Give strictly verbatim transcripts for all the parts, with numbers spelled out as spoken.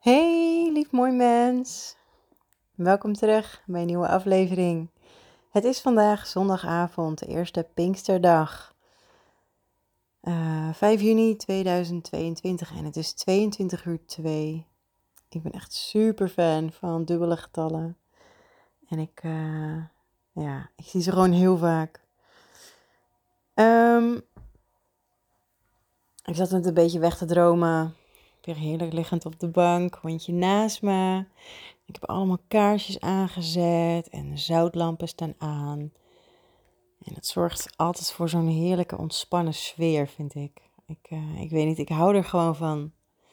Hey, lief mooi mens. Welkom terug bij een nieuwe aflevering. Het is vandaag zondagavond, de eerste Pinksterdag. Uh, vijf juni tweeduizend tweeëntwintig en het is tweeëntwintig uur twee. Ik ben echt super fan van dubbele getallen. En ik, uh, ja, ik zie ze gewoon heel vaak. Um, ik zat net een beetje weg te dromen. Weer heerlijk liggend op de bank, hondje naast me. Ik heb allemaal kaarsjes aangezet en de zoutlampen staan aan. En het zorgt altijd voor zo'n heerlijke ontspannen sfeer, vind ik. Ik, uh, ik weet niet, ik hou er gewoon van.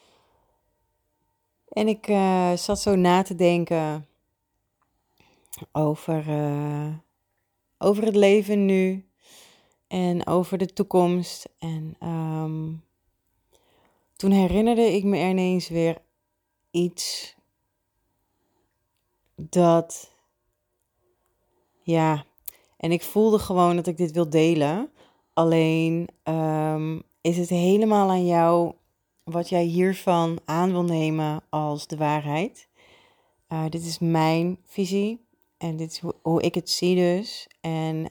En ik uh, zat zo na te denken over, uh, over het leven nu en over de toekomst. En um, toen herinnerde ik me er ineens weer iets dat, ja, en ik voelde gewoon dat ik dit wil delen. Alleen um, is het helemaal aan jou wat jij hiervan aan wil nemen als de waarheid. Uh, dit is mijn visie en dit is hoe, hoe ik het zie dus. En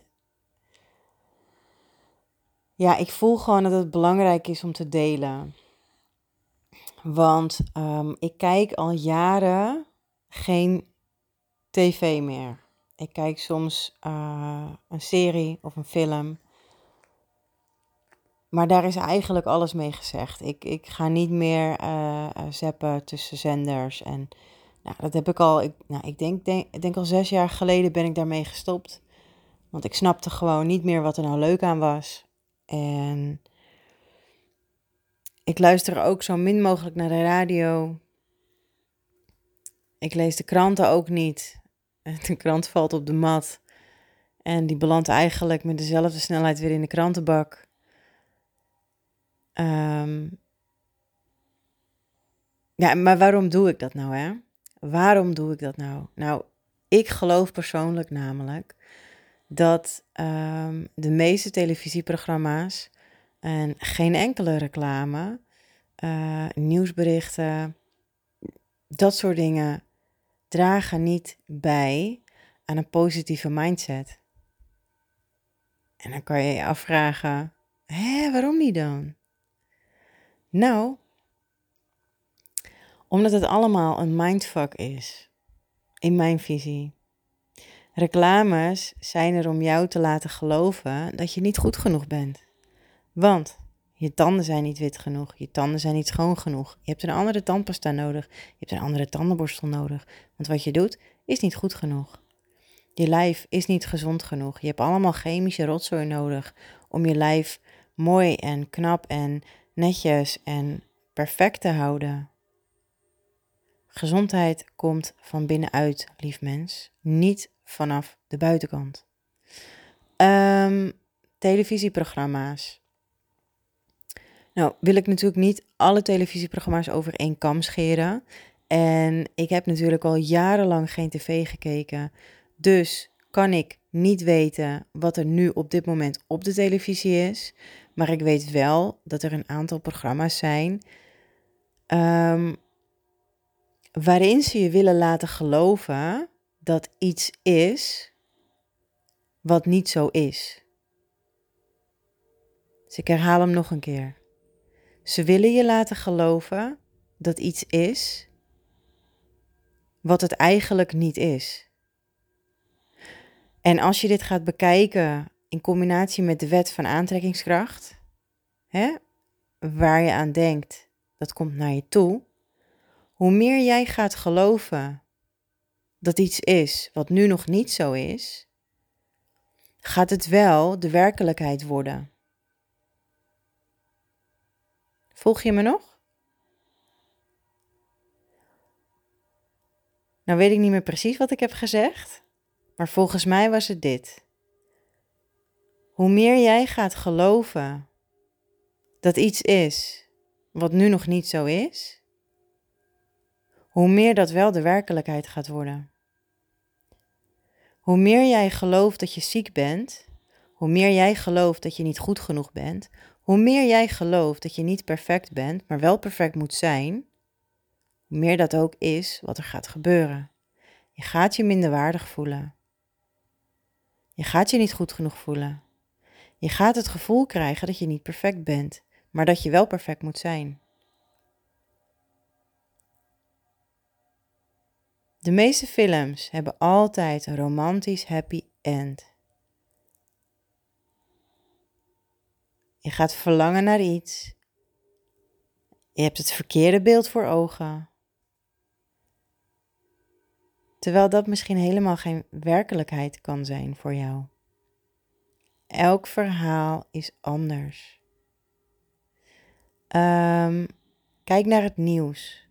ja, ik voel gewoon dat het belangrijk is om te delen. Want um, ik kijk al jaren geen tv meer. Ik kijk soms uh, een serie of een film. Maar daar is eigenlijk alles mee gezegd. Ik, ik ga niet meer uh, zappen tussen zenders. En nou, dat heb ik al, ik, nou, ik denk, denk, ik denk al zes jaar geleden ben ik daarmee gestopt. Want ik snapte gewoon niet meer wat er nou leuk aan was. En ik luister ook zo min mogelijk naar de radio. Ik lees de kranten ook niet. De krant valt op de mat. En die belandt eigenlijk met dezelfde snelheid weer in de krantenbak. Um, ja, maar waarom doe ik dat nou, hè? Waarom doe ik dat nou? Nou, ik geloof persoonlijk namelijk dat um, de meeste televisieprogramma's en geen enkele reclame, uh, nieuwsberichten, dat soort dingen dragen niet bij aan een positieve mindset. En dan kan je je afvragen, hè, waarom niet dan? Nou, omdat het allemaal een mindfuck is, in mijn visie. Reclames zijn er om jou te laten geloven dat je niet goed genoeg bent. Want je tanden zijn niet wit genoeg, je tanden zijn niet schoon genoeg. Je hebt een andere tandpasta nodig, je hebt een andere tandenborstel nodig. Want wat je doet is niet goed genoeg. Je lijf is niet gezond genoeg. Je hebt allemaal chemische rotzooi nodig om je lijf mooi en knap en netjes en perfect te houden. Gezondheid komt van binnenuit, lief mens, niet vanaf de buitenkant. Um, televisieprogramma's. Nou, wil ik natuurlijk niet alle televisieprogramma's over één kam scheren. En ik heb natuurlijk al jarenlang geen tv gekeken. Dus kan ik niet weten wat er nu op dit moment op de televisie is. Maar ik weet wel dat er een aantal programma's zijn Um, waarin ze je willen laten geloven dat iets is wat niet zo is. Dus ik herhaal hem nog een keer. Ze willen je laten geloven dat iets is wat het eigenlijk niet is. En als je dit gaat bekijken in combinatie met de wet van aantrekkingskracht, hè, waar je aan denkt, dat komt naar je toe. Hoe meer jij gaat geloven dat iets is wat nu nog niet zo is, gaat het wel de werkelijkheid worden. Volg je me nog? Nou weet ik niet meer precies wat ik heb gezegd, maar volgens mij was het dit. Hoe meer jij gaat geloven dat iets is wat nu nog niet zo is, hoe meer dat wel de werkelijkheid gaat worden. Hoe meer jij gelooft dat je ziek bent, hoe meer jij gelooft dat je niet goed genoeg bent, hoe meer jij gelooft dat je niet perfect bent, maar wel perfect moet zijn, hoe meer dat ook is wat er gaat gebeuren. Je gaat je minder waardig voelen. Je gaat je niet goed genoeg voelen. Je gaat het gevoel krijgen dat je niet perfect bent, maar dat je wel perfect moet zijn. De meeste films hebben altijd een romantisch happy end. Je gaat verlangen naar iets. Je hebt het verkeerde beeld voor ogen. Terwijl dat misschien helemaal geen werkelijkheid kan zijn voor jou. Elk verhaal is anders. Um, kijk naar het nieuws.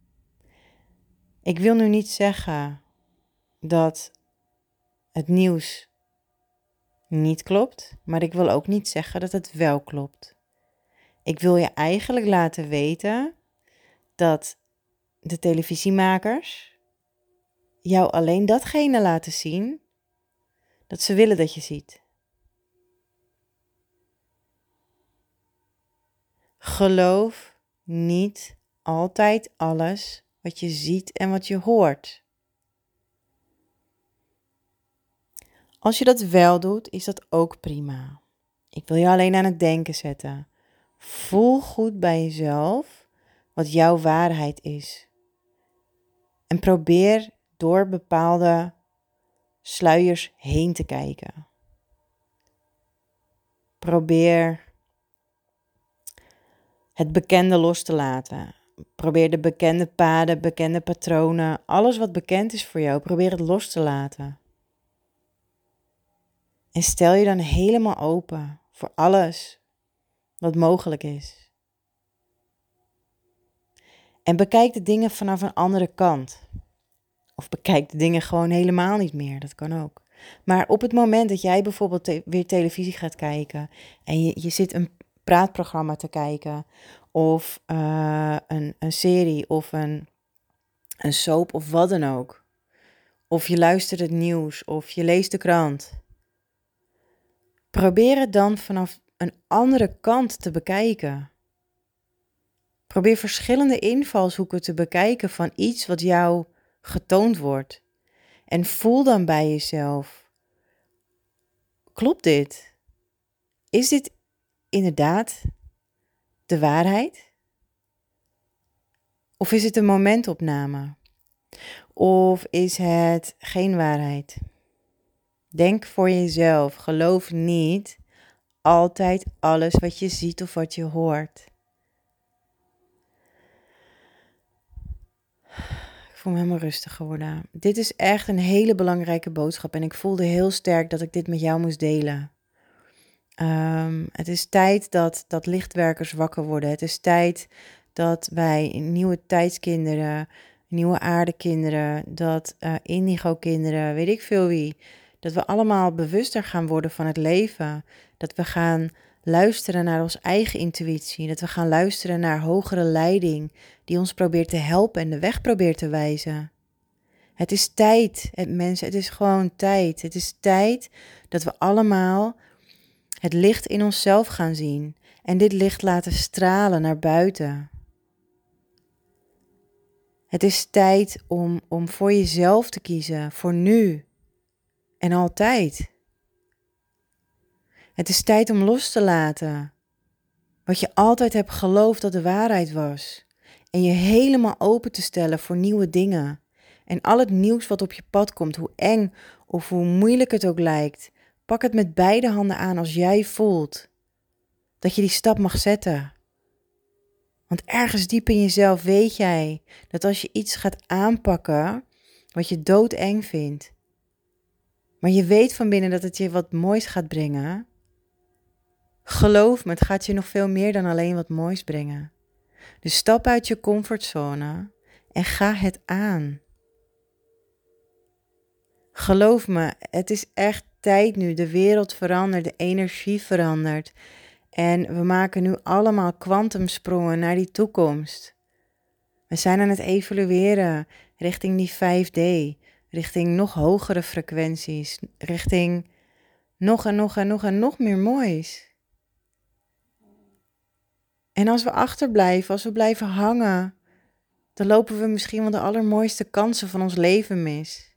Ik wil nu niet zeggen dat het nieuws niet klopt, maar ik wil ook niet zeggen dat het wel klopt. Ik wil je eigenlijk laten weten dat de televisiemakers jou alleen datgene laten zien dat ze willen dat je ziet. Geloof niet altijd alles wat je ziet en wat je hoort. Als je dat wel doet, is dat ook prima. Ik wil je alleen aan het denken zetten. Voel goed bij jezelf wat jouw waarheid is. En probeer door bepaalde sluiers heen te kijken. Probeer het bekende los te laten. Probeer de bekende paden, bekende patronen, alles wat bekend is voor jou, probeer het los te laten. En stel je dan helemaal open voor alles wat mogelijk is. En bekijk de dingen vanaf een andere kant. Of bekijk de dingen gewoon helemaal niet meer, dat kan ook. Maar op het moment dat jij bijvoorbeeld te- weer televisie gaat kijken en je, je zit een praatprogramma te kijken of uh, een, een serie of een, een soap of wat dan ook. Of je luistert het nieuws of je leest de krant. Probeer het dan vanaf een andere kant te bekijken. Probeer verschillende invalshoeken te bekijken van iets wat jou getoond wordt. En voel dan bij jezelf, klopt dit? Is dit inderdaad de waarheid? Of is het een momentopname? Of is het geen waarheid? Denk voor jezelf, geloof niet altijd alles wat je ziet of wat je hoort. Ik voel me helemaal rustig geworden. Dit is echt een hele belangrijke boodschap en ik voelde heel sterk dat ik dit met jou moest delen. Um, het is tijd dat, dat lichtwerkers wakker worden. Het is tijd dat wij nieuwe tijdskinderen, nieuwe aardekinderen, dat uh, indigo-kinderen, weet ik veel wie, dat we allemaal bewuster gaan worden van het leven. Dat we gaan luisteren naar onze eigen intuïtie. Dat we gaan luisteren naar hogere leiding die ons probeert te helpen en de weg probeert te wijzen. Het is tijd, het, mensen, het is gewoon tijd. Het is tijd dat we allemaal het licht in onszelf gaan zien en dit licht laten stralen naar buiten. Het is tijd om, om voor jezelf te kiezen, voor nu en altijd. Het is tijd om los te laten wat je altijd hebt geloofd dat de waarheid was en je helemaal open te stellen voor nieuwe dingen. En al het nieuws wat op je pad komt, hoe eng of hoe moeilijk het ook lijkt, pak het met beide handen aan als jij voelt dat je die stap mag zetten. Want ergens diep in jezelf weet jij dat als je iets gaat aanpakken wat je doodeng vindt, maar je weet van binnen dat het je wat moois gaat brengen, geloof me, het gaat je nog veel meer dan alleen wat moois brengen. Dus stap uit je comfortzone en ga het aan. Geloof me, het is echt tijd nu. De wereld verandert, de energie verandert. En we maken nu allemaal kwantumsprongen naar die toekomst. We zijn aan het evolueren richting die vijf D, richting nog hogere frequenties, richting nog en nog en nog en nog meer moois. En als we achterblijven, als we blijven hangen dan lopen we misschien wel de allermooiste kansen van ons leven mis.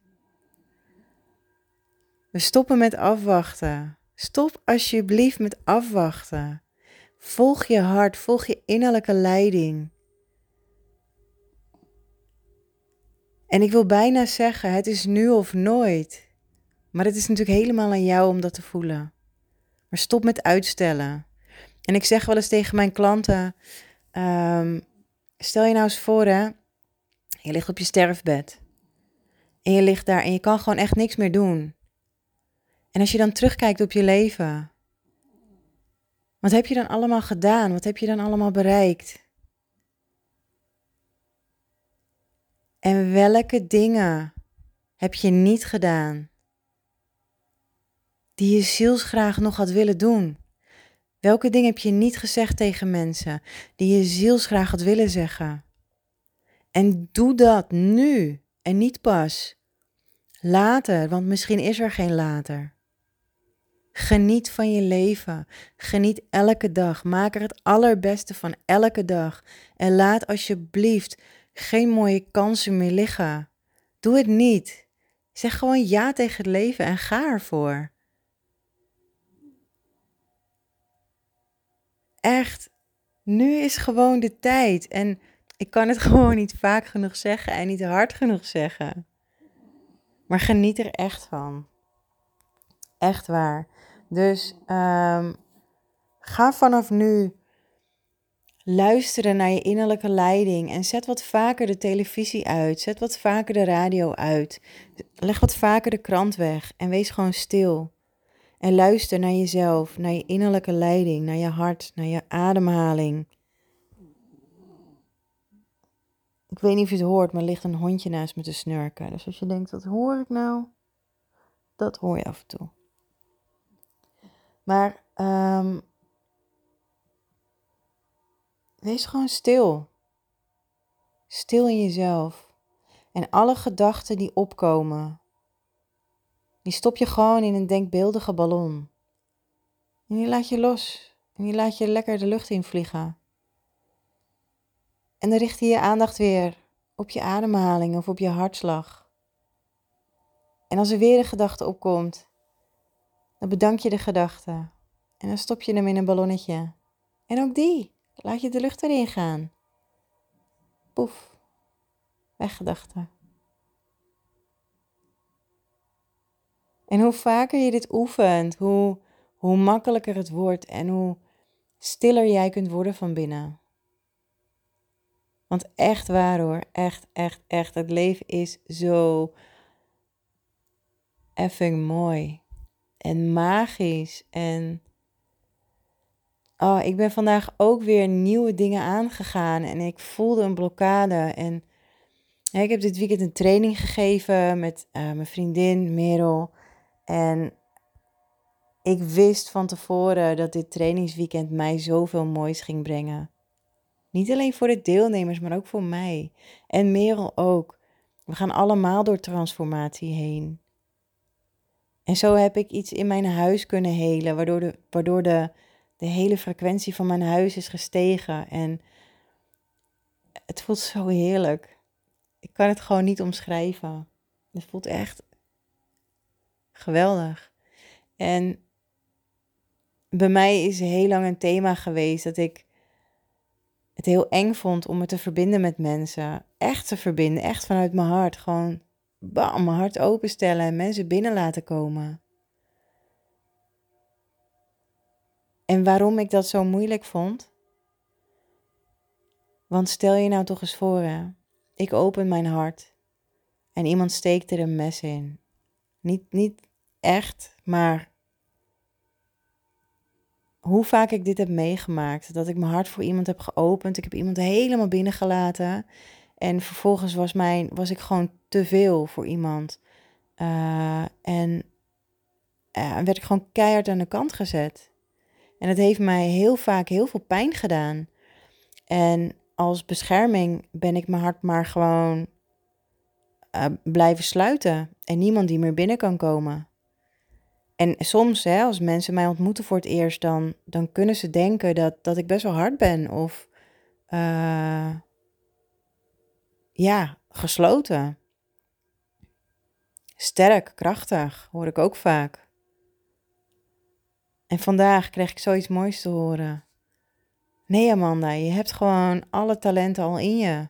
We stoppen met afwachten. Stop alsjeblieft met afwachten. Volg je hart, volg je innerlijke leiding. En ik wil bijna zeggen, het is nu of nooit. Maar het is natuurlijk helemaal aan jou om dat te voelen. Maar stop met uitstellen. En ik zeg wel eens tegen mijn klanten, um, stel je nou eens voor hè, je ligt op je sterfbed. En je ligt daar en je kan gewoon echt niks meer doen. En als je dan terugkijkt op je leven, wat heb je dan allemaal gedaan? Wat heb je dan allemaal bereikt? En welke dingen heb je niet gedaan die je zielsgraag nog had willen doen? Welke dingen heb je niet gezegd tegen mensen die je zielsgraag had willen zeggen? En doe dat nu en niet pas later, want misschien is er geen later. Geniet van je leven. Geniet elke dag. Maak er het allerbeste van elke dag. En laat alsjeblieft geen mooie kansen meer liggen. Doe het niet. Zeg gewoon ja tegen het leven en ga ervoor. Echt, nu is gewoon de tijd. En ik kan het gewoon niet vaak genoeg zeggen en niet hard genoeg zeggen. Maar geniet er echt van. Echt waar. Dus um, ga vanaf nu luisteren naar je innerlijke leiding en zet wat vaker de televisie uit. Zet wat vaker de radio uit. Leg wat vaker de krant weg en wees gewoon stil. En luister naar jezelf, naar je innerlijke leiding, naar je hart, naar je ademhaling. Ik weet niet of je het hoort, maar er ligt een hondje naast me te snurken. Dus als je denkt, wat hoor ik nou? Dat hoor je af en toe. Maar um, wees gewoon stil. Stil in jezelf. En alle gedachten die opkomen, die stop je gewoon in een denkbeeldige ballon. En die laat je los. En die laat je lekker de lucht in vliegen. En dan richt je je aandacht weer op je ademhaling of op je hartslag. En als er weer een gedachte opkomt, dan bedank je de gedachte. En dan stop je hem in een ballonnetje. En ook die, laat je de lucht erin gaan. Poef, weg gedachte. En hoe vaker je dit oefent, hoe, hoe makkelijker het wordt en hoe stiller jij kunt worden van binnen. Want echt waar hoor, echt, echt, echt. Het leven is zo effing mooi en magisch. En oh, ik ben vandaag ook weer nieuwe dingen aangegaan en ik voelde een blokkade. En ja, ik heb dit weekend een training gegeven met uh, mijn vriendin Merel. En ik wist van tevoren dat dit trainingsweekend mij zoveel moois ging brengen. Niet alleen voor de deelnemers, maar ook voor mij. En Merel ook. We gaan allemaal door transformatie heen. En zo heb ik iets in mijn huis kunnen helen, waardoor de, waardoor de, de hele frequentie van mijn huis is gestegen. En het voelt zo heerlijk. Ik kan het gewoon niet omschrijven. Het voelt echt geweldig. En bij mij is heel lang een thema geweest dat ik het heel eng vond om me te verbinden met mensen. Echt te verbinden, echt vanuit mijn hart. Gewoon bam, mijn hart openstellen en mensen binnen laten komen. En waarom ik dat zo moeilijk vond? Want stel je nou toch eens voor, hè? Ik open mijn hart en iemand steekt er een mes in. Niet, niet echt, maar hoe vaak ik dit heb meegemaakt. Dat ik mijn hart voor iemand heb geopend. Ik heb iemand helemaal binnengelaten. En vervolgens was, mijn, was ik gewoon te veel voor iemand. Uh, en uh, werd ik gewoon keihard aan de kant gezet. En het heeft mij heel vaak heel veel pijn gedaan. En als bescherming ben ik mijn hart maar gewoon uh, blijven sluiten. En niemand die meer binnen kan komen. En soms, hè, als mensen mij ontmoeten voor het eerst, dan, dan kunnen ze denken dat, dat ik best wel hard ben. Of uh, ja, gesloten. Sterk, krachtig, hoor ik ook vaak. En vandaag kreeg ik zoiets moois te horen. Nee, Amanda, je hebt gewoon alle talenten al in je.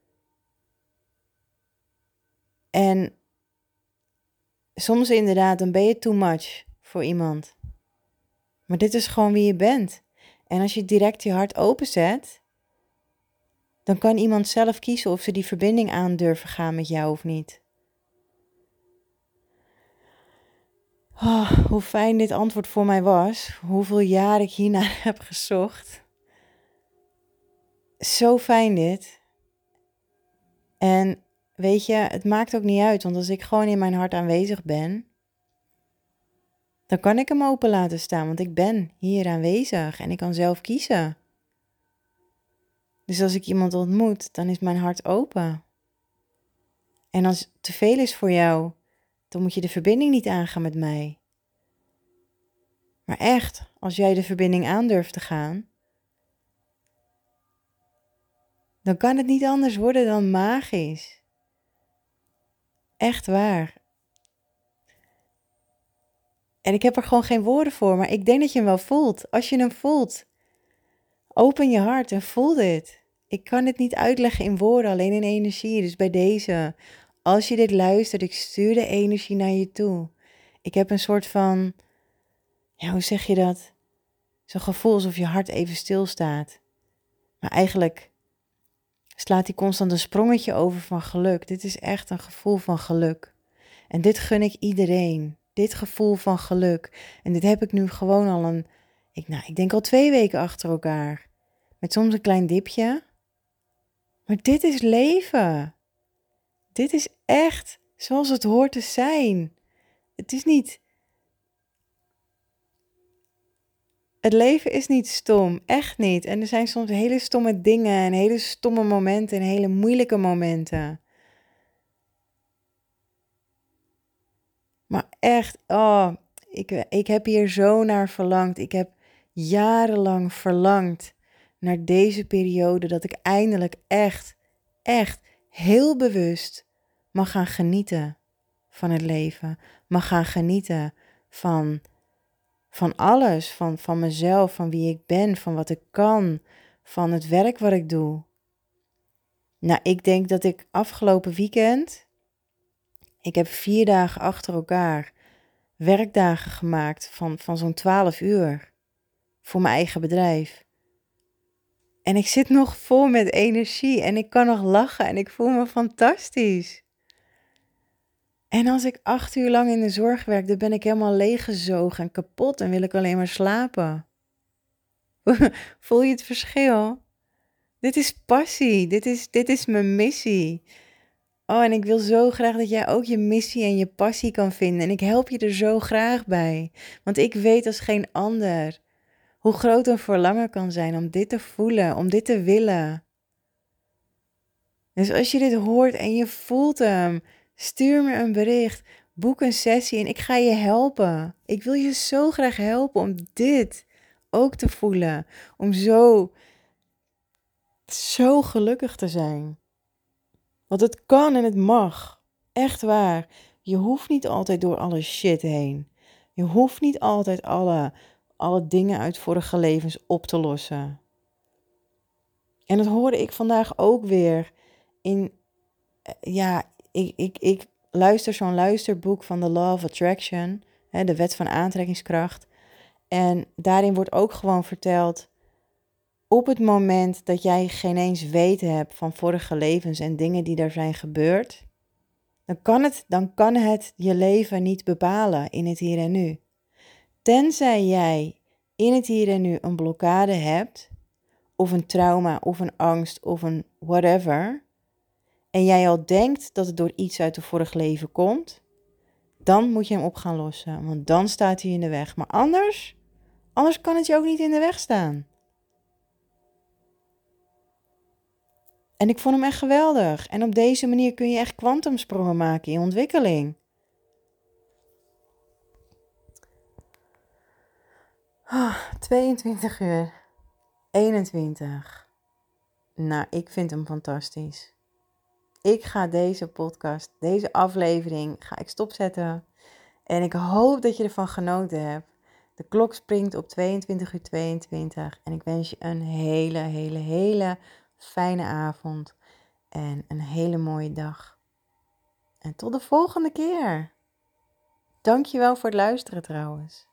En soms inderdaad, dan ben je too much voor iemand. Maar dit is gewoon wie je bent. En als je direct je hart openzet, dan kan iemand zelf kiezen of ze die verbinding aan durven gaan met jou of niet. Oh, hoe fijn dit antwoord voor mij was. Hoeveel jaar ik hiernaar heb gezocht. Zo fijn dit. En weet je, het maakt ook niet uit. Want als ik gewoon in mijn hart aanwezig ben, dan kan ik hem open laten staan. Want ik ben hier aanwezig en ik kan zelf kiezen. Dus als ik iemand ontmoet, dan is mijn hart open. En als het te veel is voor jou, dan moet je de verbinding niet aangaan met mij. Maar echt, als jij de verbinding aan durft te gaan, dan kan het niet anders worden dan magisch. Echt waar. En ik heb er gewoon geen woorden voor, maar ik denk dat je hem wel voelt. Als je hem voelt, open je hart en voel dit. Ik kan het niet uitleggen in woorden, alleen in energie. Dus bij deze, als je dit luistert, ik stuur de energie naar je toe. Ik heb een soort van, ja, hoe zeg je dat? Zo'n gevoel alsof je hart even stilstaat. Maar eigenlijk slaat hij constant een sprongetje over van geluk. Dit is echt een gevoel van geluk. En dit gun ik iedereen. Dit gevoel van geluk. En dit heb ik nu gewoon al een, ik, nou, ik denk al twee weken achter elkaar. Met soms een klein dipje. Maar dit is leven. Dit is echt zoals het hoort te zijn. Het is niet... Het leven is niet stom, echt niet. En er zijn soms hele stomme dingen en hele stomme momenten en hele moeilijke momenten. Maar echt, oh, ik, ik heb hier zo naar verlangd. Ik heb jarenlang verlangd naar deze periode dat ik eindelijk echt, echt heel bewust mag gaan genieten van het leven. Mag gaan genieten van, van alles, van, van mezelf, van wie ik ben, van wat ik kan, van het werk wat ik doe. Nou, ik denk dat ik afgelopen weekend, ik heb vier dagen achter elkaar werkdagen gemaakt van, van zo'n twaalf uur voor mijn eigen bedrijf. En ik zit nog vol met energie en ik kan nog lachen en ik voel me fantastisch. En als ik acht uur lang in de zorg werk, dan ben ik helemaal leeggezogen en kapot en wil ik alleen maar slapen. Voel je het verschil? Dit is passie, dit is, dit is mijn missie. Oh, en ik wil zo graag dat jij ook je missie en je passie kan vinden. En ik help je er zo graag bij. Want ik weet als geen ander hoe groot een verlangen kan zijn om dit te voelen, om dit te willen. Dus als je dit hoort en je voelt hem, stuur me een bericht, boek een sessie en ik ga je helpen. Ik wil je zo graag helpen om dit ook te voelen. Om zo, zo gelukkig te zijn. Want het kan en het mag. Echt waar. Je hoeft niet altijd door alle shit heen. Je hoeft niet altijd alle, alle dingen uit vorige levens op te lossen. En dat hoorde ik vandaag ook weer in, ja, ik, ik, ik luister zo'n luisterboek van The Law of Attraction, hè, de wet van aantrekkingskracht. En daarin wordt ook gewoon verteld, op het moment dat jij geen eens weten hebt van vorige levens en dingen die daar zijn gebeurd, dan kan het, dan kan het je leven niet bepalen in het hier en nu. Tenzij jij in het hier en nu een blokkade hebt, of een trauma, of een angst, of een whatever, en jij al denkt dat het door iets uit de vorige leven komt, dan moet je hem op gaan lossen, want dan staat hij in de weg. Maar anders, anders kan het je ook niet in de weg staan. En ik vond hem echt geweldig. En op deze manier kun je echt kwantumsprongen maken in ontwikkeling. Oh, tweeëntwintig uur. eenentwintig. Nou, ik vind hem fantastisch. ik ga deze podcast, deze aflevering, ga ik stopzetten. En ik hoop dat je ervan genoten hebt. De klok springt op tweeëntwintig uur tweeëntwintig. En ik wens je een hele, hele, hele fijne avond. En een hele mooie dag. En tot de volgende keer. Dankjewel voor het luisteren trouwens.